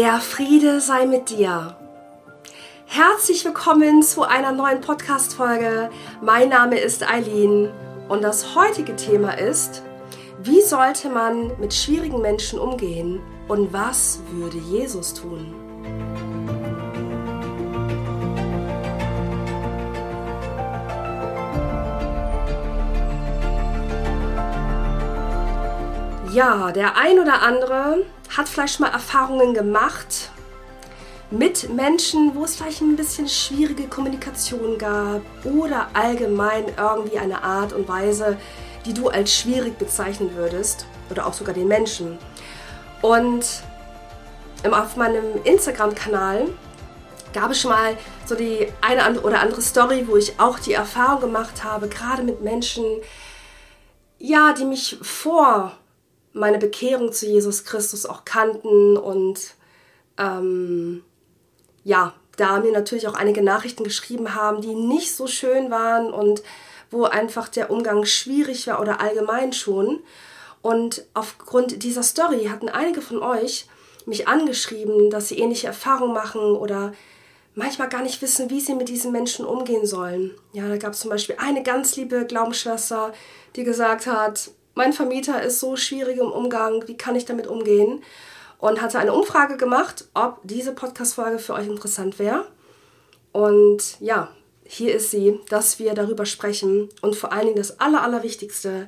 Der Friede sei mit dir. Herzlich willkommen zu einer neuen Podcast-Folge. Mein Name ist Eileen und das heutige Thema ist: Wie sollte man mit schwierigen Menschen umgehen und was würde Jesus tun? Ja, der ein oder andere hat vielleicht mal Erfahrungen gemacht mit Menschen, wo es vielleicht ein bisschen schwierige Kommunikation gab oder allgemein irgendwie eine Art und Weise, die du als schwierig bezeichnen würdest oder auch sogar den Menschen. Und auf meinem Instagram-Kanal gab es schon mal so die eine oder andere Story, wo ich auch die Erfahrung gemacht habe, gerade mit Menschen, ja, die mich vor meine Bekehrung zu Jesus Christus auch kannten und da mir natürlich auch einige Nachrichten geschrieben haben, die nicht so schön waren und wo einfach der Umgang schwierig war oder allgemein schon. Und aufgrund dieser Story hatten einige von euch mich angeschrieben, dass sie ähnliche Erfahrungen machen oder manchmal gar nicht wissen, wie sie mit diesen Menschen umgehen sollen. Ja, da gab es zum Beispiel eine ganz liebe Glaubensschwester, die gesagt hat: Mein Vermieter ist so schwierig im Umgang, wie kann ich damit umgehen? Und hatte eine Umfrage gemacht, ob diese Podcast-Folge für euch interessant wäre. Und ja, hier ist sie, dass wir darüber sprechen und vor allen Dingen das Allerwichtigste: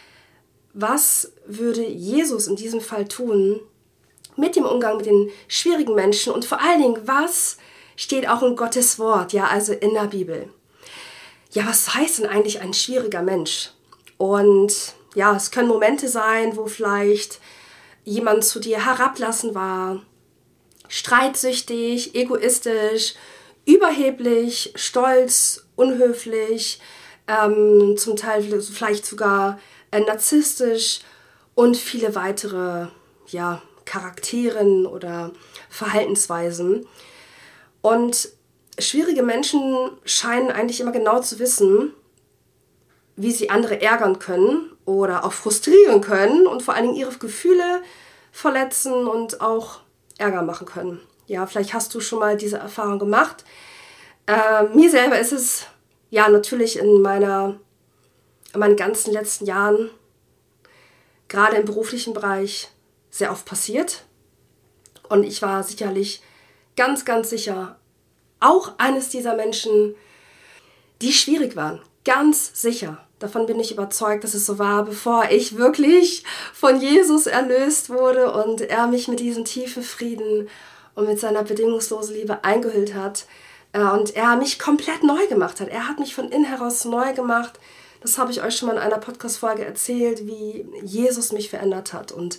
Was würde Jesus in diesem Fall tun mit dem Umgang mit den schwierigen Menschen und vor allen Dingen, was steht auch in Gottes Wort, ja, also in der Bibel? Ja, was heißt denn eigentlich ein schwieriger Mensch? Und ja, es können Momente sein, wo vielleicht jemand zu dir herablassend war, streitsüchtig, egoistisch, überheblich, stolz, unhöflich, zum Teil vielleicht sogar narzisstisch und viele weitere Charakteren oder Verhaltensweisen. Und schwierige Menschen scheinen eigentlich immer genau zu wissen, wie sie andere ärgern können oder auch frustrieren können und vor allen Dingen ihre Gefühle verletzen und auch Ärger machen können. Ja, vielleicht hast du schon mal diese Erfahrung gemacht. Mir selber ist es ja natürlich in meinen ganzen letzten Jahren, gerade im beruflichen Bereich, sehr oft passiert. Und ich war sicherlich ganz sicher auch eines dieser Menschen, die schwierig waren. Ganz sicher. Davon bin ich überzeugt, dass es so war, bevor ich wirklich von Jesus erlöst wurde und er mich mit diesem tiefen Frieden und mit seiner bedingungslosen Liebe eingehüllt hat und er mich komplett neu gemacht hat. Er hat mich von innen heraus neu gemacht. Das habe ich euch schon mal in einer Podcast-Folge erzählt, wie Jesus mich verändert hat. Und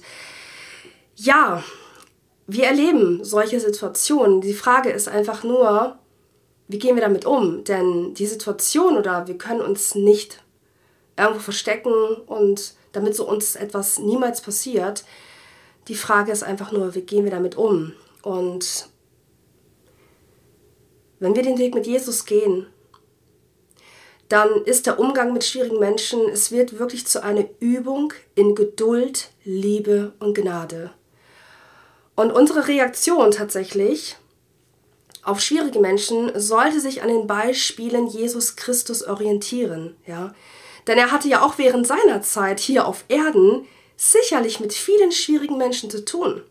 ja, wir erleben solche Situationen. Die Frage ist einfach nur: Wie gehen wir damit um? Denn die Situation, oder wir können uns nicht irgendwo verstecken und damit so uns etwas niemals passiert. Die Frage ist einfach nur: Wie gehen wir damit um? Und wenn wir den Weg mit Jesus gehen, dann ist der Umgang mit schwierigen Menschen, es wird wirklich zu einer Übung in Geduld, Liebe und Gnade. Und unsere Reaktion tatsächlich auf schwierige Menschen sollte sich an den Beispielen Jesus Christus orientieren. Ja? Denn er hatte ja auch während seiner Zeit hier auf Erden sicherlich mit vielen schwierigen Menschen zu tun.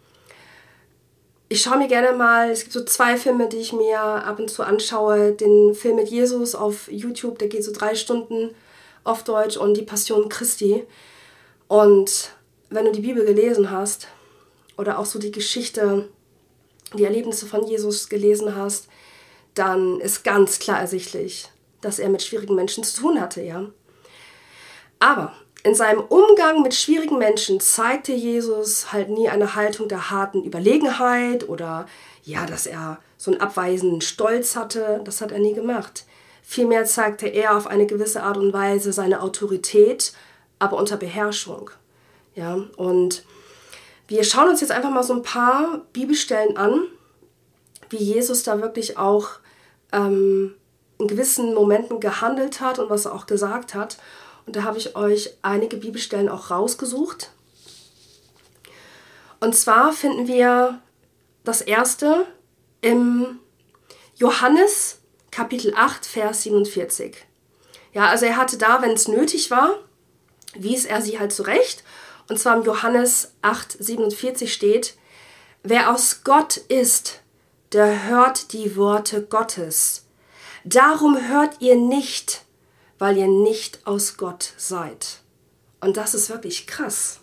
Ich schaue mir gerne mal, es gibt so 2 Filme, die ich mir ab und zu anschaue. Den Film mit Jesus auf YouTube, der geht so 3 Stunden auf Deutsch, und die Passion Christi. Und wenn du die Bibel gelesen hast oder auch so die Geschichte, die Erlebnisse von Jesus gelesen hast, dann ist ganz klar ersichtlich, dass er mit schwierigen Menschen zu tun hatte, ja. Aber in seinem Umgang mit schwierigen Menschen zeigte Jesus halt nie eine Haltung der harten Überlegenheit oder ja, dass er so einen abweisenden Stolz hatte. Das hat er nie gemacht. Vielmehr zeigte er auf eine gewisse Art und Weise seine Autorität, aber unter Beherrschung. Ja, und wir schauen uns jetzt einfach mal so ein paar Bibelstellen an, wie Jesus da wirklich auch in gewissen Momenten gehandelt hat und was er auch gesagt hat. Und da habe ich euch einige Bibelstellen auch rausgesucht. Und zwar finden wir das erste im Johannes Kapitel 8, Vers 47. Ja, also er hatte da, wenn es nötig war, wies er sie halt zurecht. Und zwar im Johannes 8, 47 steht: Wer aus Gott ist, der hört die Worte Gottes. Darum hört ihr nicht, weil ihr nicht aus Gott seid. Und das ist wirklich krass.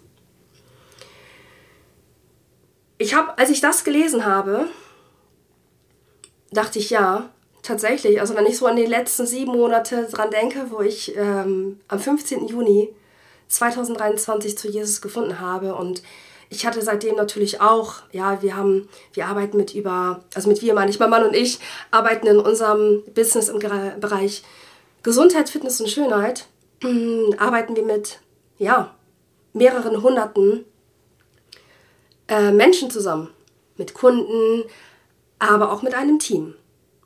Als ich das gelesen habe, dachte ich, ja, tatsächlich, also wenn ich so an die letzten 7 Monate dran denke, wo ich am 15. Juni 2023 zu Jesus gefunden habe, und ich hatte seitdem natürlich auch, ja, wir arbeiten mit wir meine ich, mein Mann und ich, arbeiten in unserem Business im Bereich Gesundheit, Fitness und Schönheit, arbeiten wir mit, ja, mehreren hunderten Menschen zusammen, mit Kunden, aber auch mit einem Team.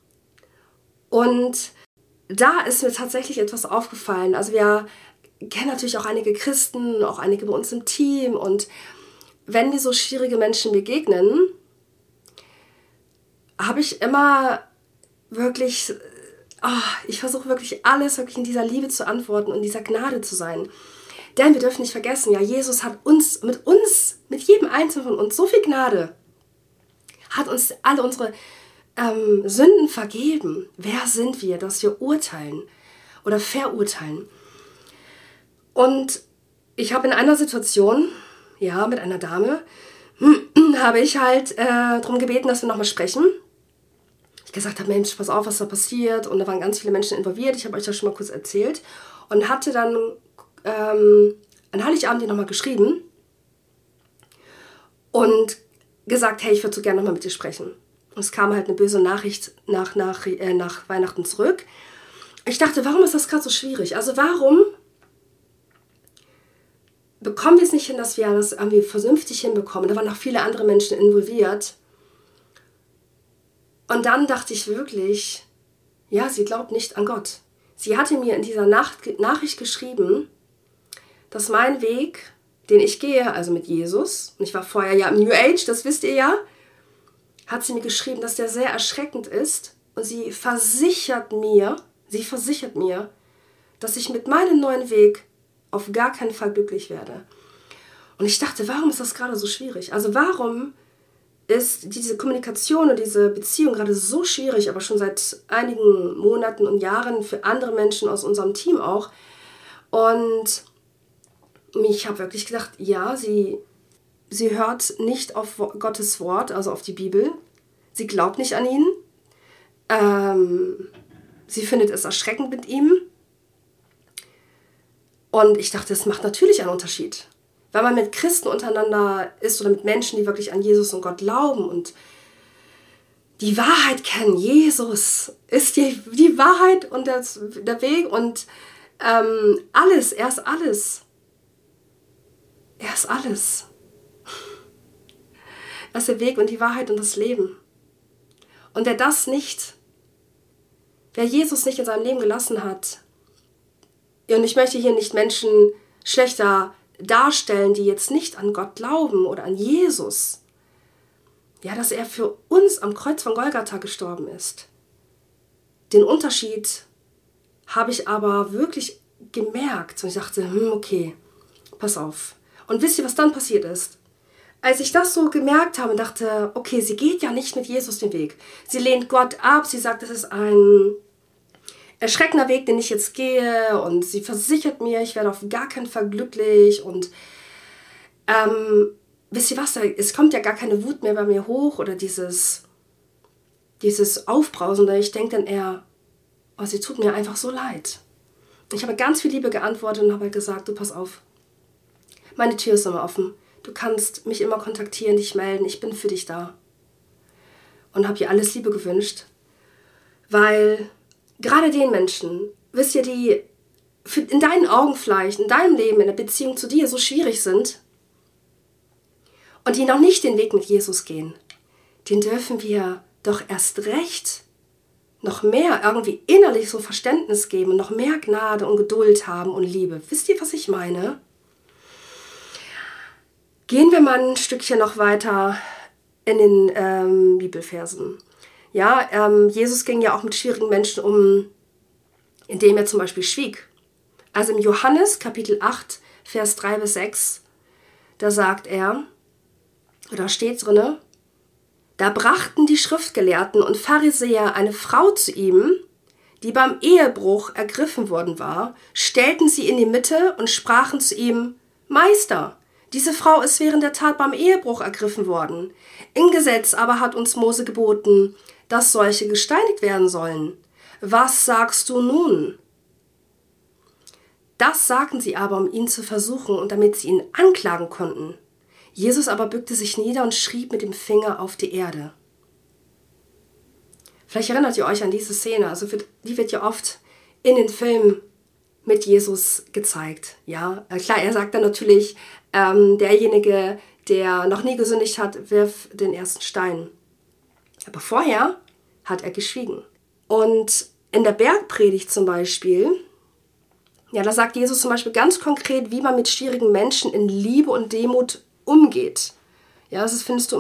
Und da ist mir tatsächlich etwas aufgefallen. Also wir kennen natürlich auch einige Christen, auch einige bei uns im Team. Und wenn mir so schwierige Menschen begegnen, habe ich immer wirklich, ich versuche wirklich alles wirklich in dieser Liebe zu antworten und in dieser Gnade zu sein. Denn wir dürfen nicht vergessen, ja, Jesus hat mit jedem Einzelnen von uns so viel Gnade, hat uns alle unsere Sünden vergeben. Wer sind wir, dass wir urteilen oder verurteilen? Und ich habe in einer Situation, ja, mit einer Dame, habe ich halt darum gebeten, dass wir nochmal sprechen. Ich gesagt habe, Mensch, pass auf, was da passiert. Und da waren ganz viele Menschen involviert. Ich habe euch das schon mal kurz erzählt. Und hatte dann an Heiligabend ihr nochmal geschrieben und gesagt, hey, ich würde so gerne nochmal mit dir sprechen. Und es kam halt eine böse Nachricht nach Weihnachten zurück. Ich dachte, warum ist das gerade so schwierig? Also warum bekommen wir es nicht hin, dass wir das irgendwie vernünftig hinbekommen? Da waren noch viele andere Menschen involviert. Und dann dachte ich wirklich, ja, sie glaubt nicht an Gott. Sie hatte mir in dieser Nachricht geschrieben, dass mein Weg, den ich gehe, also mit Jesus, und ich war vorher ja im New Age, das wisst ihr ja, hat sie mir geschrieben, dass der sehr erschreckend ist. Und sie versichert mir, dass ich mit meinem neuen Weg auf gar keinen Fall glücklich werde. Und ich dachte, warum ist das gerade so schwierig? Also warum ist diese Kommunikation und diese Beziehung gerade so schwierig, aber schon seit einigen Monaten und Jahren für andere Menschen aus unserem Team auch? Und ich habe wirklich gedacht, ja, sie hört nicht auf Gottes Wort, also auf die Bibel. Sie glaubt nicht an ihn. Sie findet es erschreckend mit ihm. Und ich dachte, das macht natürlich einen Unterschied. Wenn man mit Christen untereinander ist oder mit Menschen, die wirklich an Jesus und Gott glauben und die Wahrheit kennen. Jesus ist die Wahrheit und der Weg und alles, er ist alles. Er ist alles. Er ist der Weg und die Wahrheit und das Leben. Und wer Jesus nicht in seinem Leben gelassen hat, und ich möchte hier nicht Menschen schlechter darstellen, die jetzt nicht an Gott glauben oder an Jesus, ja, dass er für uns am Kreuz von Golgatha gestorben ist. Den Unterschied habe ich aber wirklich gemerkt. Und ich dachte, okay, pass auf. Und wisst ihr, was dann passiert ist? Als ich das so gemerkt habe und dachte, okay, sie geht ja nicht mit Jesus den Weg. Sie lehnt Gott ab, sie sagt, das ist ein erschreckender Weg, den ich jetzt gehe, und sie versichert mir, ich werde auf gar keinen Fall glücklich, und wisst ihr was, es kommt ja gar keine Wut mehr bei mir hoch oder dieses Aufbrausende. Ich denke dann eher, oh, sie tut mir einfach so leid. Ich habe ganz viel Liebe geantwortet und habe halt gesagt, du, pass auf, meine Tür ist immer offen. Du kannst mich immer kontaktieren, dich melden, ich bin für dich da. Und habe ihr alles Liebe gewünscht, weil gerade den Menschen, wisst ihr, die in deinen Augen vielleicht, in deinem Leben, in der Beziehung zu dir so schwierig sind und die noch nicht den Weg mit Jesus gehen, den dürfen wir doch erst recht noch mehr irgendwie innerlich so Verständnis geben, noch mehr Gnade und Geduld haben und Liebe. Wisst ihr, was ich meine? Gehen wir mal ein Stückchen noch weiter in den Bibelversen. Ja, Jesus ging ja auch mit schwierigen Menschen um, indem er zum Beispiel schwieg. Also im Johannes Kapitel 8, Vers 3 bis 6, da sagt er, oder steht drinne, da brachten die Schriftgelehrten und Pharisäer eine Frau zu ihm, die beim Ehebruch ergriffen worden war, stellten sie in die Mitte und sprachen zu ihm, Meister, diese Frau ist während der Tat beim Ehebruch ergriffen worden. Im Gesetz aber hat uns Mose geboten, dass solche gesteinigt werden sollen. Was sagst du nun? Das sagten sie aber, um ihn zu versuchen und damit sie ihn anklagen konnten. Jesus aber bückte sich nieder und schrieb mit dem Finger auf die Erde. Vielleicht erinnert ihr euch an diese Szene, also die wird ja oft in den Filmen mit Jesus gezeigt. Ja, klar, er sagt dann natürlich, derjenige, der noch nie gesündigt hat, wirf den ersten Stein. Aber vorher hat er geschwiegen. Und in der Bergpredigt zum Beispiel, ja, da sagt Jesus zum Beispiel ganz konkret, wie man mit schwierigen Menschen in Liebe und Demut umgeht. Ja, das findest du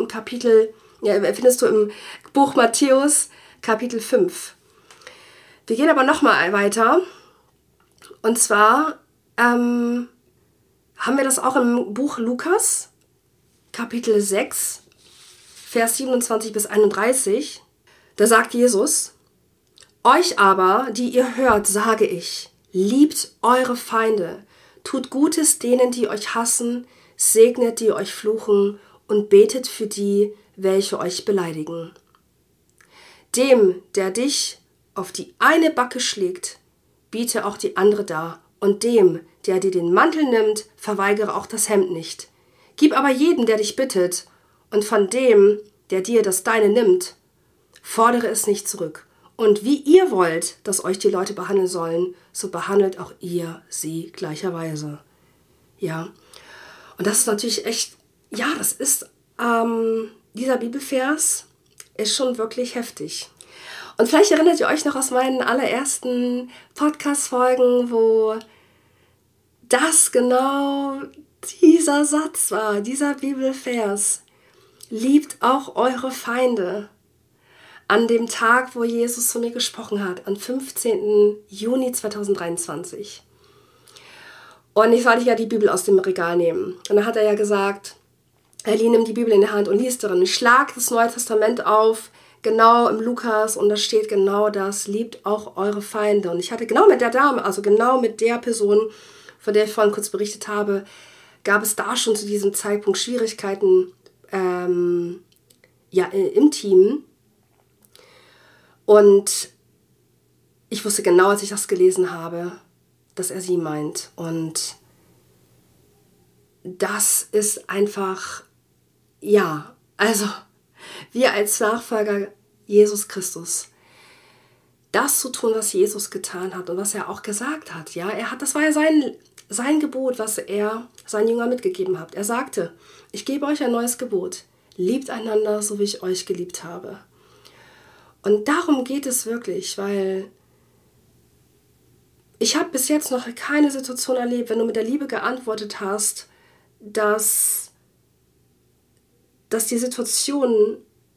im Buch Matthäus, Kapitel 5. Wir gehen aber nochmal weiter. Und zwar haben wir das auch im Buch Lukas, Kapitel 6, Vers 27 bis 31. Da sagt Jesus, euch aber, die ihr hört, sage ich, liebt eure Feinde, tut Gutes denen, die euch hassen, segnet, die euch fluchen und betet für die, welche euch beleidigen. Dem, der dich auf die eine Backe schlägt, biete auch die andere dar, und dem, der dir den Mantel nimmt, verweigere auch das Hemd nicht. Gib aber jedem, der dich bittet, und von dem, der dir das Deine nimmt, fordere es nicht zurück. Und wie ihr wollt, dass euch die Leute behandeln sollen, so behandelt auch ihr sie gleicherweise. Ja, und das ist natürlich echt, ja, das ist, dieser Bibelvers ist schon wirklich heftig. Und vielleicht erinnert ihr euch noch aus meinen allerersten Podcast-Folgen, wo das genau dieser Satz war, dieser Bibelvers. Liebt auch eure Feinde. An dem Tag, wo Jesus zu mir gesprochen hat, am 15. Juni 2023. Und ich sollte ja die Bibel aus dem Regal nehmen. Und dann hat er ja gesagt, Ellie, nimm die Bibel in die Hand und liest darin. Ich schlag das Neue Testament auf, genau im Lukas, und da steht genau das, liebt auch eure Feinde. Und ich hatte genau mit der Dame, also genau mit der Person, von der ich vorhin kurz berichtet habe, gab es da schon zu diesem Zeitpunkt Schwierigkeiten im Team. Und ich wusste genau, als ich das gelesen habe, dass er sie meint. Und das ist einfach, ja, also wir als Nachfolger Jesus Christus, das zu tun, was Jesus getan hat und was er auch gesagt hat. Ja, das war ja sein Gebot, was er seinen Jüngern mitgegeben hat. Er sagte, ich gebe euch ein neues Gebot. Liebt einander, so wie ich euch geliebt habe. Und darum geht es wirklich, weil ich habe bis jetzt noch keine Situation erlebt, wenn du mit der Liebe geantwortet hast, dass die Situation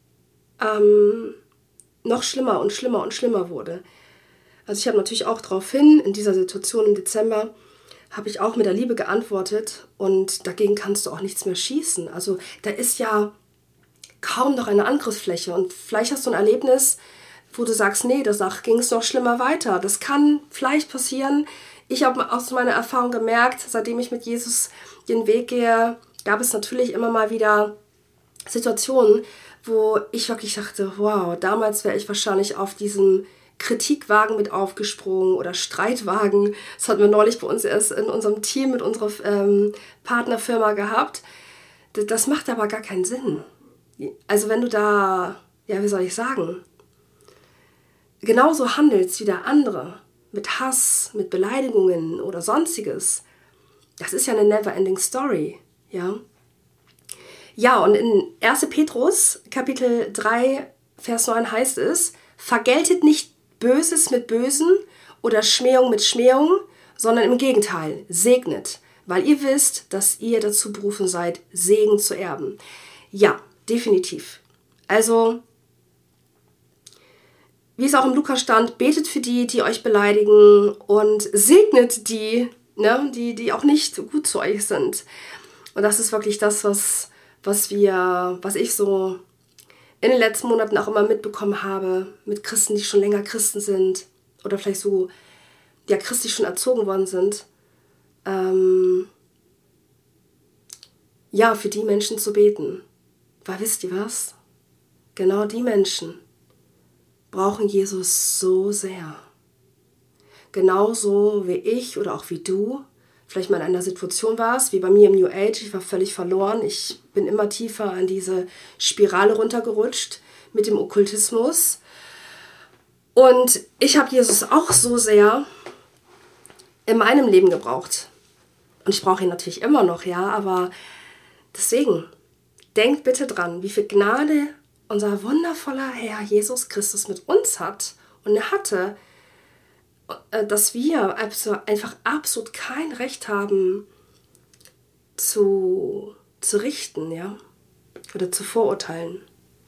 noch schlimmer und schlimmer und schlimmer wurde. Also ich habe natürlich auch daraufhin, in dieser Situation im Dezember, habe ich auch mit der Liebe geantwortet, und dagegen kannst du auch nichts mehr schießen. Also da ist ja kaum noch eine Angriffsfläche, und vielleicht hast du ein Erlebnis, wo du sagst, nee, da ging es noch schlimmer weiter. Das kann vielleicht passieren. Ich habe aus meiner Erfahrung gemerkt, seitdem ich mit Jesus den Weg gehe, gab es natürlich immer mal wieder Situationen, wo ich wirklich dachte, wow, damals wäre ich wahrscheinlich auf diesem Kritikwagen mit aufgesprungen oder Streitwagen. Das hatten wir neulich bei uns erst in unserem Team mit unserer Partnerfirma gehabt. Das macht aber gar keinen Sinn. Also wenn du da, ja, wie soll ich sagen, genauso handelst wie der andere, mit Hass, mit Beleidigungen oder sonstiges, das ist ja eine never-ending Story, ja. Ja, und in 1. Petrus, Kapitel 3, Vers 9 heißt es, vergeltet nicht Böses mit Bösen oder Schmähung mit Schmähung, sondern im Gegenteil, segnet, weil ihr wisst, dass ihr dazu berufen seid, Segen zu erben. Ja, definitiv. Also, wie es auch im Lukas stand, betet für die, die euch beleidigen und segnet die, ne, die auch nicht gut zu euch sind. Und das ist wirklich das, was ich so in den letzten Monaten auch immer mitbekommen habe, mit Christen, die schon länger Christen sind oder vielleicht so, ja, christlich schon erzogen worden sind, ja, für die Menschen zu beten. Weil wisst ihr was? Genau die Menschen brauchen Jesus so sehr. Genauso wie ich oder auch wie du vielleicht mal in einer Situation warst, wie bei mir im New Age. Ich war völlig verloren. Ich bin immer tiefer in diese Spirale runtergerutscht mit dem Okkultismus. Und ich habe Jesus auch so sehr in meinem Leben gebraucht. Und ich brauche ihn natürlich immer noch, ja, aber deswegen, denkt bitte dran, wie viel Gnade unser wundervoller Herr Jesus Christus mit uns hat und er hatte, dass wir einfach absolut kein Recht haben zu richten, ja, oder zu verurteilen.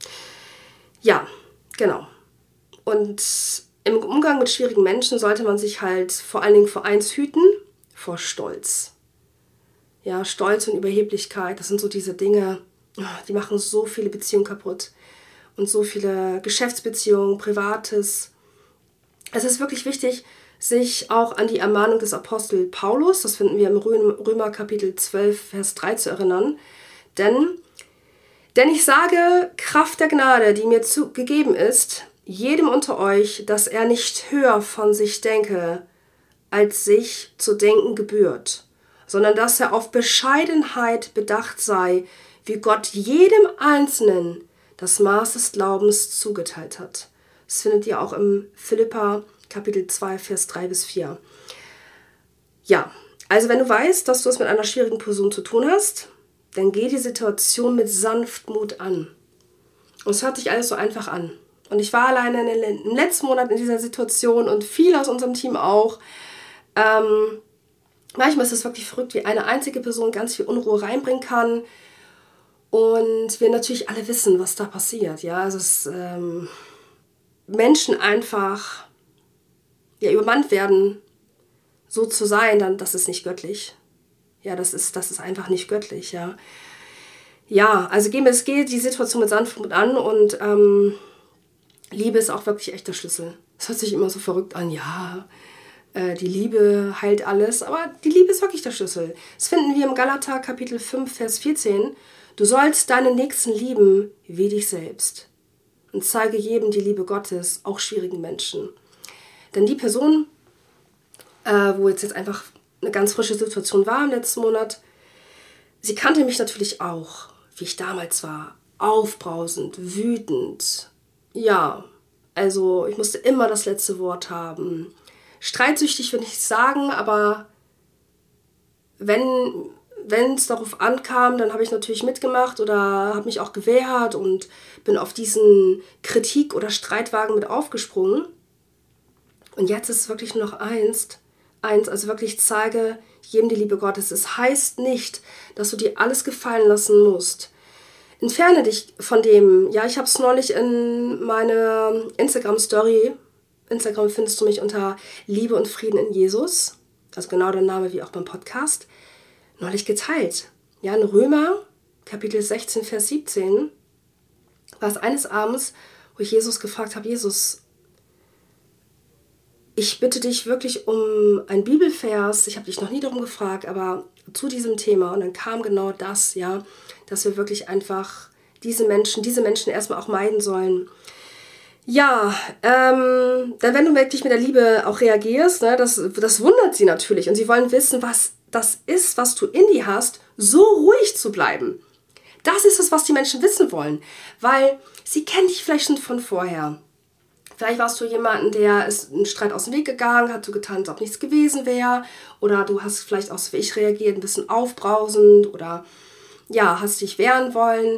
Ja, genau. Und im Umgang mit schwierigen Menschen sollte man sich halt vor allen Dingen vor eins hüten, vor Stolz. Ja, Stolz und Überheblichkeit, das sind so diese Dinge, die machen so viele Beziehungen kaputt und so viele Geschäftsbeziehungen, Privates. Es ist wirklich wichtig, sich auch an die Ermahnung des Apostel Paulus, das finden wir im Römer Kapitel 12, Vers 3 zu erinnern. Denn ich sage, Kraft der Gnade, die mir gegeben ist, jedem unter euch, dass er nicht höher von sich denke, als sich zu denken gebührt, sondern dass er auf Bescheidenheit bedacht sei, wie Gott jedem Einzelnen das Maß des Glaubens zugeteilt hat. Das findet ihr auch im Philipper Kapitel 2, Vers 3 bis 4. Ja, also wenn du weißt, dass du es mit einer schwierigen Person zu tun hast, dann geh die Situation mit Sanftmut an. Und es hört sich alles so einfach an. Und ich war alleine im letzten Monat in dieser Situation und viele aus unserem Team auch. Manchmal ist es wirklich verrückt, wie eine einzige Person ganz viel Unruhe reinbringen kann. Und wir natürlich alle wissen, was da passiert. Ja, also es Menschen einfach übermannt werden, so zu sein, dann das ist nicht göttlich. Ja, das ist einfach nicht göttlich, ja. Ja, also es geht die Situation mit Sanftmut an und Liebe ist auch wirklich echt der Schlüssel. Es hört sich immer so verrückt an, ja, die Liebe heilt alles, aber die Liebe ist wirklich der Schlüssel. Das finden wir im Galater Kapitel 5, Vers 14. Du sollst deinen Nächsten lieben wie dich selbst und zeige jedem die Liebe Gottes, auch schwierigen Menschen. Denn die Person, wo jetzt einfach eine ganz frische Situation war im letzten Monat, sie kannte mich natürlich auch, wie ich damals war. Aufbrausend, wütend. Ja, also ich musste immer das letzte Wort haben. Streitsüchtig würde ich sagen, aber wenn es darauf ankam, dann habe ich natürlich mitgemacht oder habe mich auch gewehrt und bin auf diesen Kritik- oder Streitwagen mit aufgesprungen. Und jetzt ist es wirklich nur noch eins, also wirklich zeige jedem die Liebe Gottes. Es heißt nicht, dass du dir alles gefallen lassen musst. Entferne dich von dem. Ja, ich habe es neulich in meiner Instagram-Story. Instagram findest du mich unter Liebe und Frieden in Jesus. Also genau der Name wie auch beim Podcast. Neulich geteilt. Ja, in Römer, Kapitel 16, Vers 17, war es eines Abends, wo ich Jesus gefragt habe, Jesus, ich bitte dich wirklich um einen Bibelvers, ich habe dich noch nie darum gefragt, aber zu diesem Thema. Und dann kam genau das, ja, dass wir wirklich einfach diese Menschen erstmal auch meiden sollen. Ja, dann wenn du wirklich mit der Liebe auch reagierst, ne, das wundert sie natürlich. Und sie wollen wissen, was das ist, was du in dir hast, so ruhig zu bleiben. Das ist es, was die Menschen wissen wollen. Weil sie kennen dich vielleicht schon von vorher. Vielleicht warst du jemanden, der ist einen Streit aus dem Weg gegangen, hat so getan, als ob nichts gewesen wäre. Oder du hast vielleicht auch so wie ich reagiert, ein bisschen aufbrausend oder ja, hast dich wehren wollen.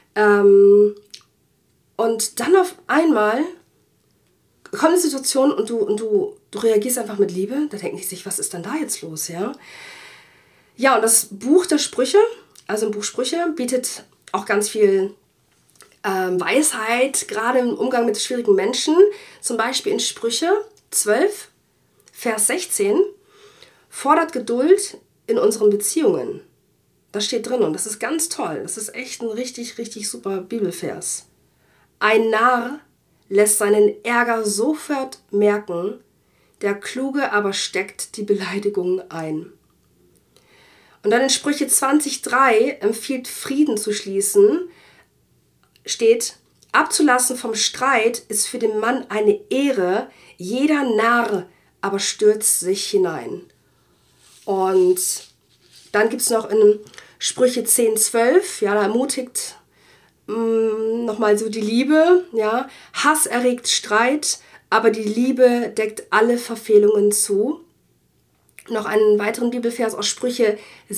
Und dann auf einmal kommt eine Situation und du reagierst einfach mit Liebe. Da denken die sich, was ist denn da jetzt los, ja? Ja, und das Buch der Sprüche, also im Buch Sprüche, bietet auch ganz viel Weisheit, gerade im Umgang mit schwierigen Menschen. Zum Beispiel in Sprüche 12, Vers 16. Fordert Geduld in unseren Beziehungen. Das steht drin und das ist ganz toll. Das ist echt ein richtig, richtig super Bibelvers. Ein Narr lässt seinen Ärger sofort merken, der Kluge aber steckt die Beleidigungen ein. Und dann in Sprüche 20,3 empfiehlt Frieden zu schließen, steht, abzulassen vom Streit ist für den Mann eine Ehre, jeder Narr aber stürzt sich hinein. Und dann gibt es noch in Sprüche 10,12, ja, da ermutigt nochmal so die Liebe, ja, Hass erregt Streit, aber die Liebe deckt alle Verfehlungen zu. Noch einen weiteren Bibelvers aus Sprüche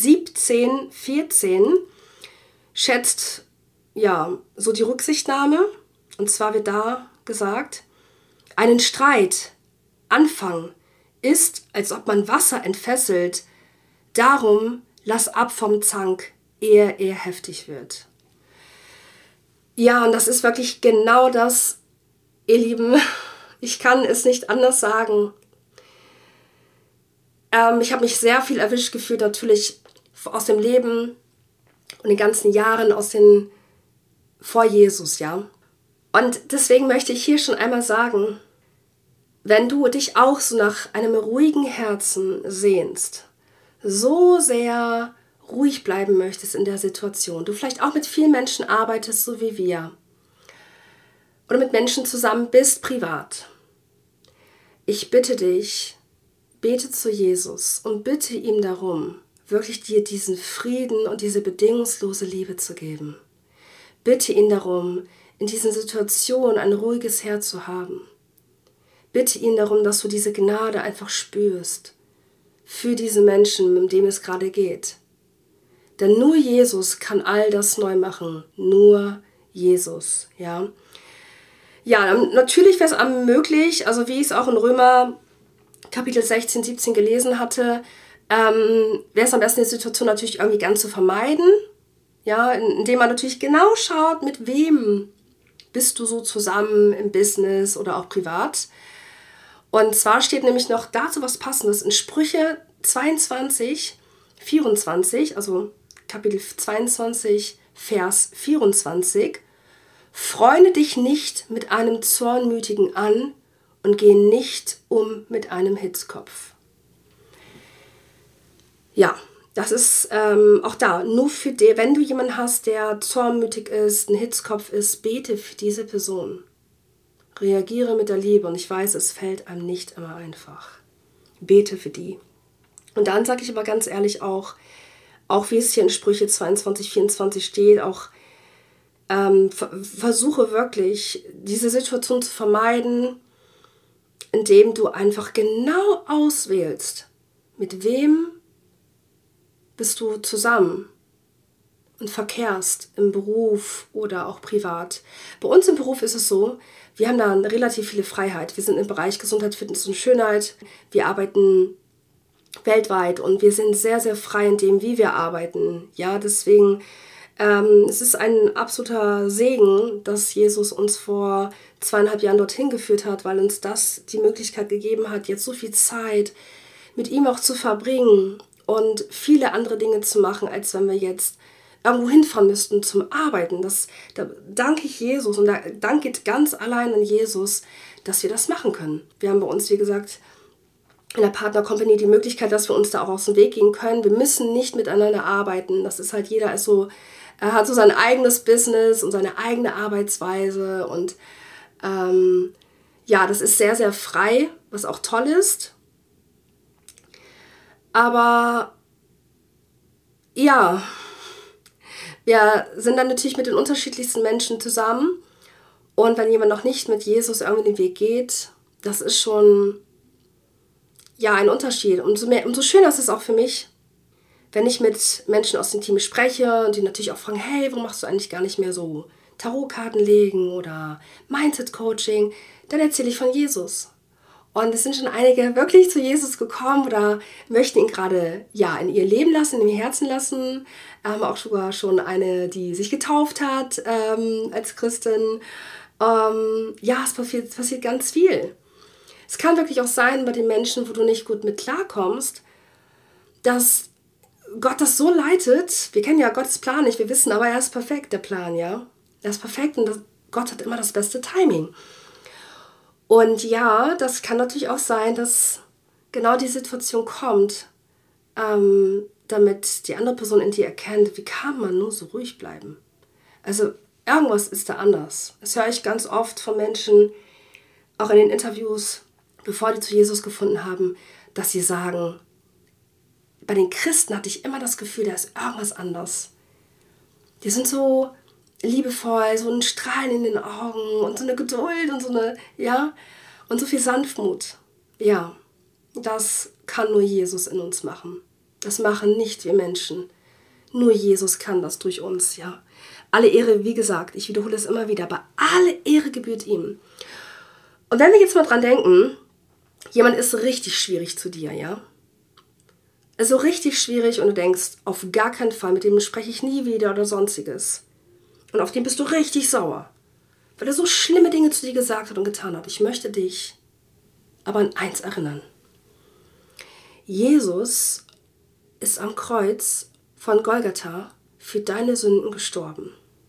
17,14 schätzt ja so die Rücksichtnahme. Und zwar wird da gesagt, einen Streit, Anfang, ist, als ob man Wasser entfesselt. Darum lass ab vom Zank, ehe er heftig wird. Ja, und das ist wirklich genau das, ihr Lieben. Ich kann es nicht anders sagen. Ich habe mich sehr viel erwischt gefühlt, natürlich aus dem Leben und den ganzen Jahren vor Jesus, ja. Und deswegen möchte ich hier schon einmal sagen, wenn du dich auch so nach einem ruhigen Herzen sehnst, so sehr ruhig bleiben möchtest in der Situation, du vielleicht auch mit vielen Menschen arbeitest, so wie wir, oder mit Menschen zusammen bist, privat. Ich bitte dich, bete zu Jesus und bitte ihm darum, wirklich dir diesen Frieden und diese bedingungslose Liebe zu geben. Bitte ihn darum, in diesen Situationen ein ruhiges Herz zu haben. Bitte ihn darum, dass du diese Gnade einfach spürst für diese Menschen, um denen es gerade geht. Denn nur Jesus kann all das neu machen. Nur Jesus, ja. Ja, natürlich wäre es möglich, also wie ich es auch in Römer Kapitel 16, 17 gelesen hatte, wäre es am besten, die Situation natürlich irgendwie ganz zu vermeiden. Ja, indem man natürlich genau schaut, mit wem bist du so zusammen im Business oder auch privat. Und zwar steht nämlich noch dazu was Passendes in Sprüche 22, 24, also Kapitel 22, Vers 24. Freunde dich nicht mit einem Zornmütigen an und geh nicht um mit einem Hitzkopf. Ja, das ist auch da, nur für dich, wenn du jemanden hast, der zornmütig ist, ein Hitzkopf ist, bete für diese Person. Reagiere mit der Liebe und ich weiß, es fällt einem nicht immer einfach. Bete für die. Und dann sage ich aber ganz ehrlich auch wie es hier in Sprüche 22, 24 steht, auch versuche wirklich, diese Situation zu vermeiden, indem du einfach genau auswählst, mit wem bist du zusammen und verkehrst im Beruf oder auch privat. Bei uns im Beruf ist es so, wir haben da relativ viele Freiheit. Wir sind im Bereich Gesundheit, Fitness und Schönheit. Wir arbeiten weltweit und wir sind sehr, sehr frei in dem, wie wir arbeiten. Ja, deswegen es ist ein absoluter Segen, dass Jesus uns vor 2,5 Jahren dorthin geführt hat, weil uns das die Möglichkeit gegeben hat, jetzt so viel Zeit mit ihm auch zu verbringen und viele andere Dinge zu machen, als wenn wir jetzt irgendwo hinfahren müssten zum Arbeiten. Da danke ich Jesus und da danke ich ganz allein an Jesus, dass wir das machen können. Wir haben bei uns, wie gesagt, in der Partner Company die Möglichkeit, dass wir uns da auch aus dem Weg gehen können. Wir müssen nicht miteinander arbeiten. Das ist halt, jeder ist so, er hat so sein eigenes Business und seine eigene Arbeitsweise und ja, das ist sehr, sehr frei, was auch toll ist. Aber ja, wir sind dann natürlich mit den unterschiedlichsten Menschen zusammen und wenn jemand noch nicht mit Jesus irgendwie den Weg geht, das ist schon ja ein Unterschied. Umso schöner ist es auch für mich, wenn ich mit Menschen aus dem Team spreche und die natürlich auch fragen, hey, warum machst du eigentlich gar nicht mehr so Tarotkarten legen oder Mindset-Coaching, dann erzähle ich von Jesus. Und es sind schon einige wirklich zu Jesus gekommen oder möchten ihn gerade in ihr Leben lassen, in ihr Herzen lassen. Auch sogar schon eine, die sich getauft hat als Christin. Es passiert ganz viel. Es kann wirklich auch sein bei den Menschen, wo du nicht gut mit klarkommst, dass Gott das so leitet. Wir kennen ja Gottes Plan nicht, wir wissen, aber er ist perfekt, der Plan, ja. Er ist perfekt und Gott hat immer das beste Timing. Und ja, das kann natürlich auch sein, dass genau die Situation kommt, damit die andere Person in dir erkennt, wie kann man nur so ruhig bleiben? Also irgendwas ist da anders. Das höre ich ganz oft von Menschen, auch in den Interviews, bevor die zu Jesus gefunden haben, dass sie sagen, bei den Christen hatte ich immer das Gefühl, da ist irgendwas anders. Die sind so liebevoll, so ein Strahlen in den Augen und so eine Geduld und und so viel Sanftmut. Ja, das kann nur Jesus in uns machen. Das machen nicht wir Menschen. Nur Jesus kann das durch uns, ja. Alle Ehre, wie gesagt, ich wiederhole es immer wieder, aber alle Ehre gebührt ihm. Und wenn wir jetzt mal dran denken, jemand ist richtig schwierig zu dir, ja. Also richtig schwierig und du denkst, auf gar keinen Fall, mit dem spreche ich nie wieder oder sonstiges. Und auf den bist du richtig sauer, weil er so schlimme Dinge zu dir gesagt hat und getan hat. Ich möchte dich aber an eins erinnern. Jesus ist am Kreuz von Golgatha für deine Sünden gestorben.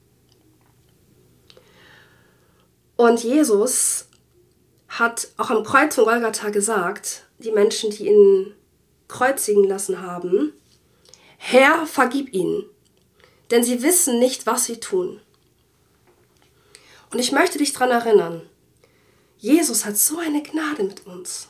Und Jesus hat auch am Kreuz von Golgatha gesagt, die Menschen, die ihn kreuzigen lassen haben, Herr, vergib ihnen, denn sie wissen nicht, was sie tun. Und ich möchte dich daran erinnern, Jesus hat so eine Gnade mit uns.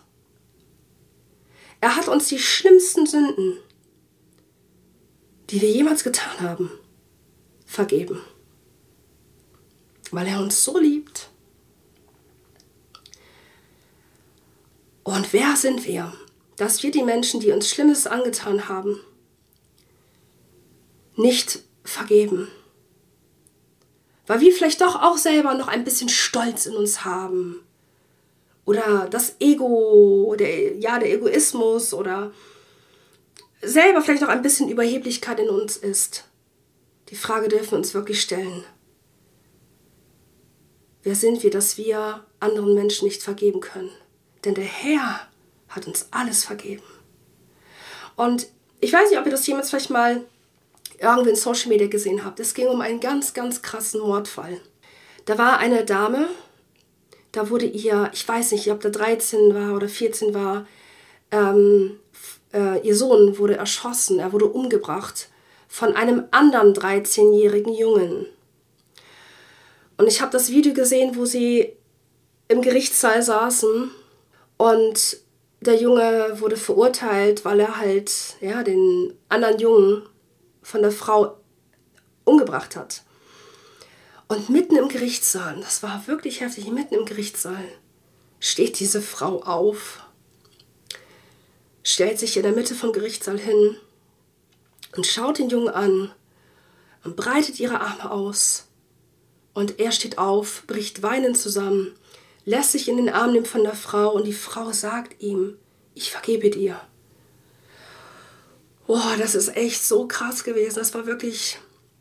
Er hat uns die schlimmsten Sünden, die wir jemals getan haben, vergeben. Weil er uns so liebt. Und wer sind wir, dass wir die Menschen, die uns Schlimmes angetan haben, nicht vergeben? Weil wir vielleicht doch auch selber noch ein bisschen Stolz in uns haben. Oder das Ego, der Egoismus oder selber vielleicht noch ein bisschen Überheblichkeit in uns ist. Die Frage dürfen wir uns wirklich stellen. Wer sind wir, dass wir anderen Menschen nicht vergeben können? Denn der Herr hat uns alles vergeben. Und ich weiß nicht, ob ihr das jemals vielleicht mal irgendwo in Social Media gesehen habt. Es ging um einen ganz, ganz krassen Mordfall. Da war eine Dame, da wurde ihr, ich weiß nicht, ob der 13 war oder 14 war, ihr Sohn wurde erschossen, er wurde umgebracht von einem anderen 13-jährigen Jungen. Und ich habe das Video gesehen, wo sie im Gerichtssaal saßen und der Junge wurde verurteilt, weil er halt den anderen Jungen von der Frau umgebracht hat. Und mitten im Gerichtssaal, das war wirklich heftig, mitten im Gerichtssaal steht diese Frau auf, stellt sich in der Mitte vom Gerichtssaal hin und schaut den Jungen an und breitet ihre Arme aus. Und er steht auf, bricht weinend zusammen, lässt sich in den Arm nehmen von der Frau und die Frau sagt ihm, ich vergebe dir. Boah, das ist echt so krass gewesen. Das war wirklich,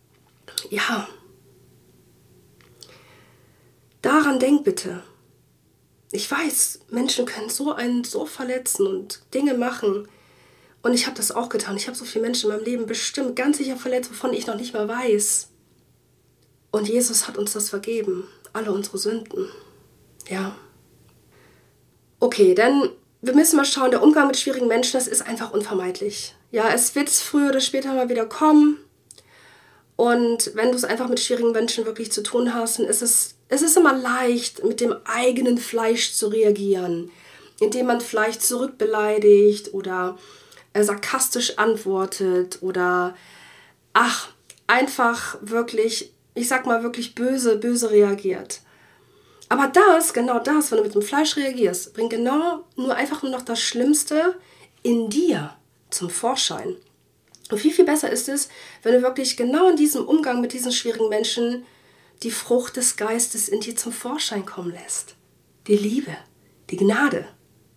Daran denk bitte. Ich weiß, Menschen können einen so verletzen und Dinge machen. Und ich habe das auch getan. Ich habe so viele Menschen in meinem Leben bestimmt ganz sicher verletzt, wovon ich noch nicht mal weiß. Und Jesus hat uns das vergeben. Alle unsere Sünden. Ja. Okay, dann wir müssen mal schauen, der Umgang mit schwierigen Menschen, das ist einfach unvermeidlich. Ja, es wird früher oder später mal wieder kommen. Und wenn du es einfach mit schwierigen Menschen wirklich zu tun hast, dann ist es immer leicht, mit dem eigenen Fleisch zu reagieren, indem man vielleicht zurückbeleidigt oder sarkastisch antwortet oder einfach wirklich, ich sag mal wirklich böse reagiert. Aber genau das, wenn du mit dem Fleisch reagierst, bringt genau einfach nur noch das Schlimmste in dir zum Vorschein. Und viel, viel besser ist es, wenn du wirklich genau in diesem Umgang mit diesen schwierigen Menschen die Frucht des Geistes in dir zum Vorschein kommen lässt. Die Liebe, die Gnade.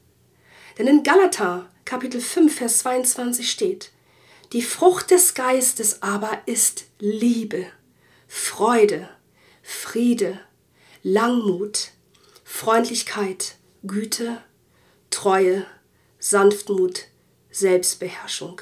Denn in Galater, Kapitel 5, Vers 22 steht, die Frucht des Geistes aber ist Liebe, Freude, Friede, Langmut, Freundlichkeit, Güte, Treue, Sanftmut, Selbstbeherrschung.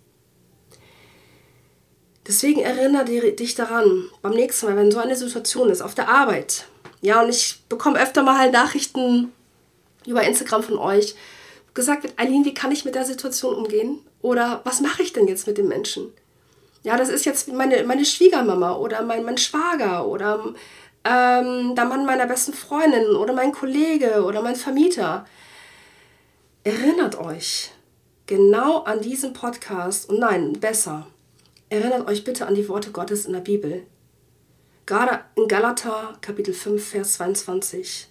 Deswegen erinnere dich daran, beim nächsten Mal, wenn so eine Situation ist, auf der Arbeit. Ja, und ich bekomme öfter mal Nachrichten über Instagram von euch, wo gesagt wird, Eileen, wie kann ich mit der Situation umgehen? Oder was mache ich denn jetzt mit dem Menschen? Ja, das ist jetzt meine Schwiegermama oder mein Schwager oder der Mann meiner besten Freundin oder mein Kollege oder mein Vermieter. Erinnert euch genau an diesen Podcast und nein, besser, erinnert euch bitte an die Worte Gottes in der Bibel. Gerade in Galater, Kapitel 5, Vers 22.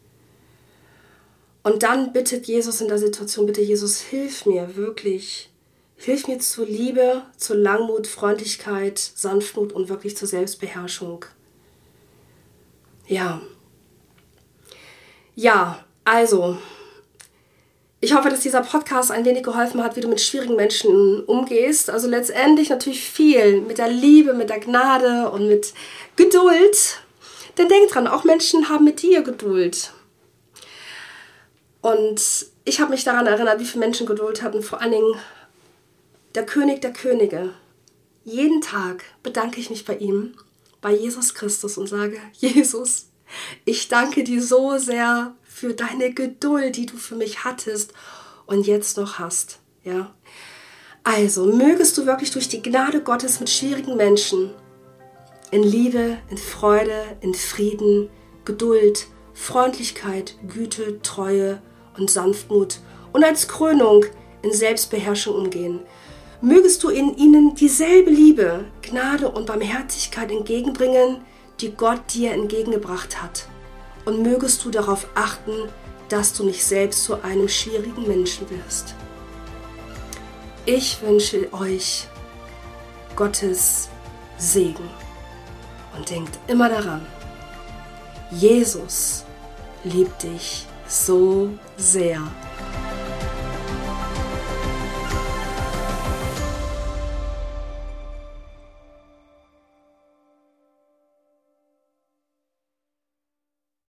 Und dann bittet Jesus in der Situation, bitte Jesus, hilf mir wirklich. Hilf mir zur Liebe, zur Langmut, Freundlichkeit, Sanftmut und wirklich zur Selbstbeherrschung. Ja. Ja, also, ich hoffe, dass dieser Podcast ein wenig geholfen hat, wie du mit schwierigen Menschen umgehst. Also letztendlich natürlich viel mit der Liebe, mit der Gnade und mit Geduld. Denn denk dran, auch Menschen haben mit dir Geduld. Und ich habe mich daran erinnert, wie viele Menschen Geduld hatten, vor allen Dingen der König der Könige. Jeden Tag bedanke ich mich bei ihm, bei Jesus Christus und sage, Jesus, ich danke dir so sehr für deine Geduld, die du für mich hattest und jetzt noch hast. Ja? Also mögest du wirklich durch die Gnade Gottes mit schwierigen Menschen in Liebe, in Freude, in Frieden, Geduld, Freundlichkeit, Güte, Treue und Sanftmut und als Krönung in Selbstbeherrschung umgehen. Mögest du in ihnen dieselbe Liebe, Gnade und Barmherzigkeit entgegenbringen, die Gott dir entgegengebracht hat. Und mögest du darauf achten, dass du nicht selbst zu einem schwierigen Menschen wirst. Ich wünsche euch Gottes Segen. Und denkt immer daran, Jesus liebt dich so sehr.